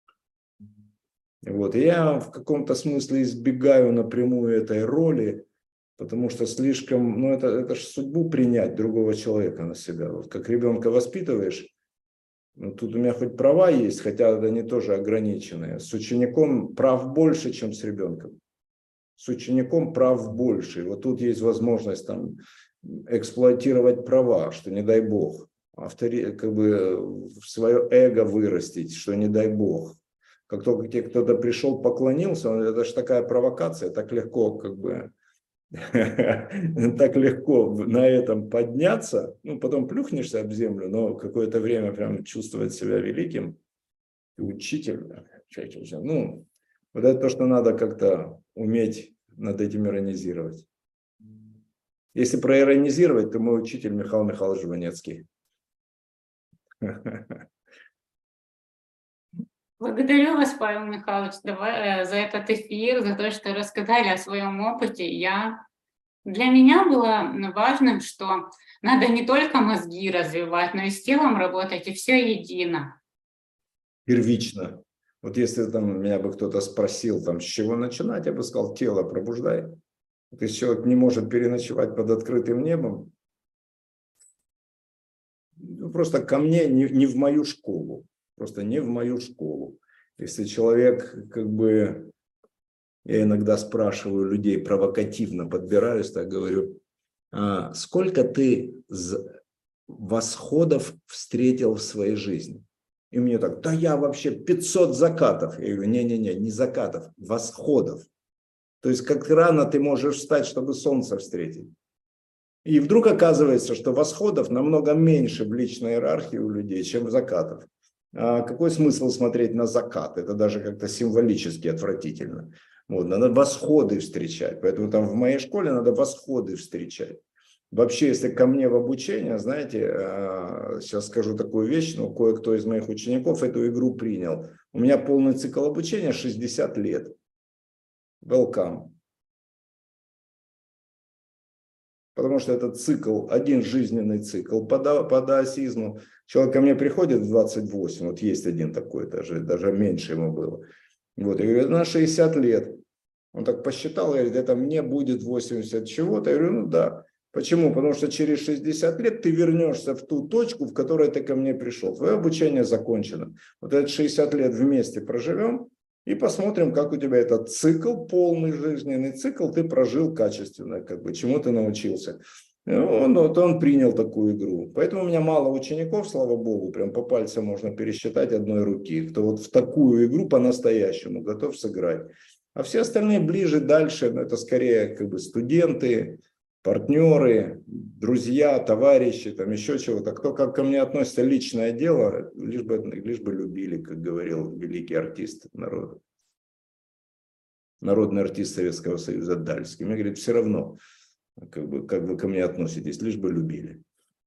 Вот, и я в каком-то смысле избегаю напрямую этой роли, потому что слишком, ну это, это же судьбу принять другого человека на себя. Вот как ребенка воспитываешь, ну, тут у меня хоть права есть, хотя они тоже ограниченные. С учеником прав больше, чем с ребенком. С учеником прав больше. И вот тут есть возможность там эксплуатировать права, что не дай бог. Автори, как бы свое эго вырастить, что не дай бог. Как только тебе кто-то пришел, поклонился, это же такая провокация, так легко как бы... так легко на этом подняться, ну, потом плюхнешься об землю, но какое-то время прям чувствовать себя великим, учитель, ну, вот это то, что надо как-то уметь над этим иронизировать. Если проиронизировать, то мой учитель Михаил Михайлович Жванецкий. Благодарю вас, Павел Михайлович, за этот эфир, за то, что рассказали о своем опыте. Я... Для меня было важным, что надо не только мозги развивать, но и с телом работать, и все едино. Первично. Вот если там меня бы кто-то спросил, там, с чего начинать, я бы сказал, тело пробуждай. Если человек не может переночевать под открытым небом, ну, просто ко мне, не, не в мою школу. Просто не в мою школу. Если человек, как бы, я иногда спрашиваю людей, провокативно подбираюсь, так говорю, а сколько ты восходов встретил в своей жизни? И мне так, да я вообще пятьсот закатов. Я говорю, не-не-не, не закатов, восходов. То есть как рано ты можешь встать, чтобы солнце встретить. И вдруг оказывается, что восходов намного меньше в личной иерархии у людей, чем закатов. А какой смысл смотреть на закат? Это даже как-то символически отвратительно. Вот, надо восходы встречать. Поэтому там в моей школе надо восходы встречать. Вообще, если ко мне в обучение, знаете, сейчас скажу такую вещь, но кое-кто из моих учеников эту игру принял. У меня полный цикл обучения шестьдесят лет. Welcome. Потому что этот цикл, один жизненный цикл по, по даосизму. Человек ко мне приходит в двадцать восемь, вот есть один такой, даже, даже меньше ему было. Вот, я говорю, на шестьдесят лет. Он так посчитал, говорит, это мне будет восемьдесят чего-то. Я говорю, ну да. Почему? Потому что через шестьдесят лет ты вернешься в ту точку, в которой ты ко мне пришел. Твое обучение закончено. Вот этот шестьдесят лет вместе проживем и посмотрим, как у тебя этот цикл, полный жизненный цикл, ты прожил качественно, как бы, чему ты научился. Он, вот он принял такую игру. Поэтому у меня мало учеников, слава богу, прям по пальцам можно пересчитать одной руки, кто вот в такую игру по-настоящему готов сыграть. А все остальные ближе, дальше, ну, это скорее как бы студенты, партнеры, друзья, товарищи, там еще чего-то. Кто как ко мне относится, личное дело, лишь бы, лишь бы любили, как говорил великий артист народа. Народный артист Советского Союза Дальский. Мне говорит, все равно, как, бы, как вы ко мне относитесь, лишь бы любили.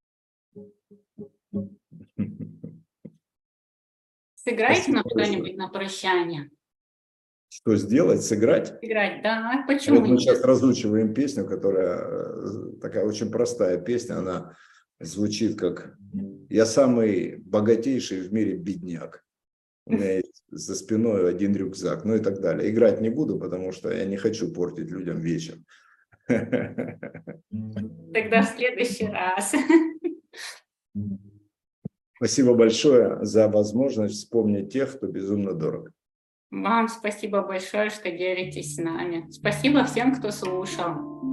Сыграйте нам что-нибудь на прощание. Что сделать? Сыграть? Сыграть, да. Почему вот мы нет? сейчас разучиваем песню, которая такая очень простая песня. Она звучит как «Я самый богатейший в мире бедняк. У меня есть за спиной один рюкзак». Ну и так далее. Играть не буду, потому что я не хочу портить людям вечер. Тогда в следующий раз. Спасибо большое за возможность вспомнить тех, кто безумно дорог. Вам спасибо большое, что делитесь с нами. Спасибо всем, кто слушал.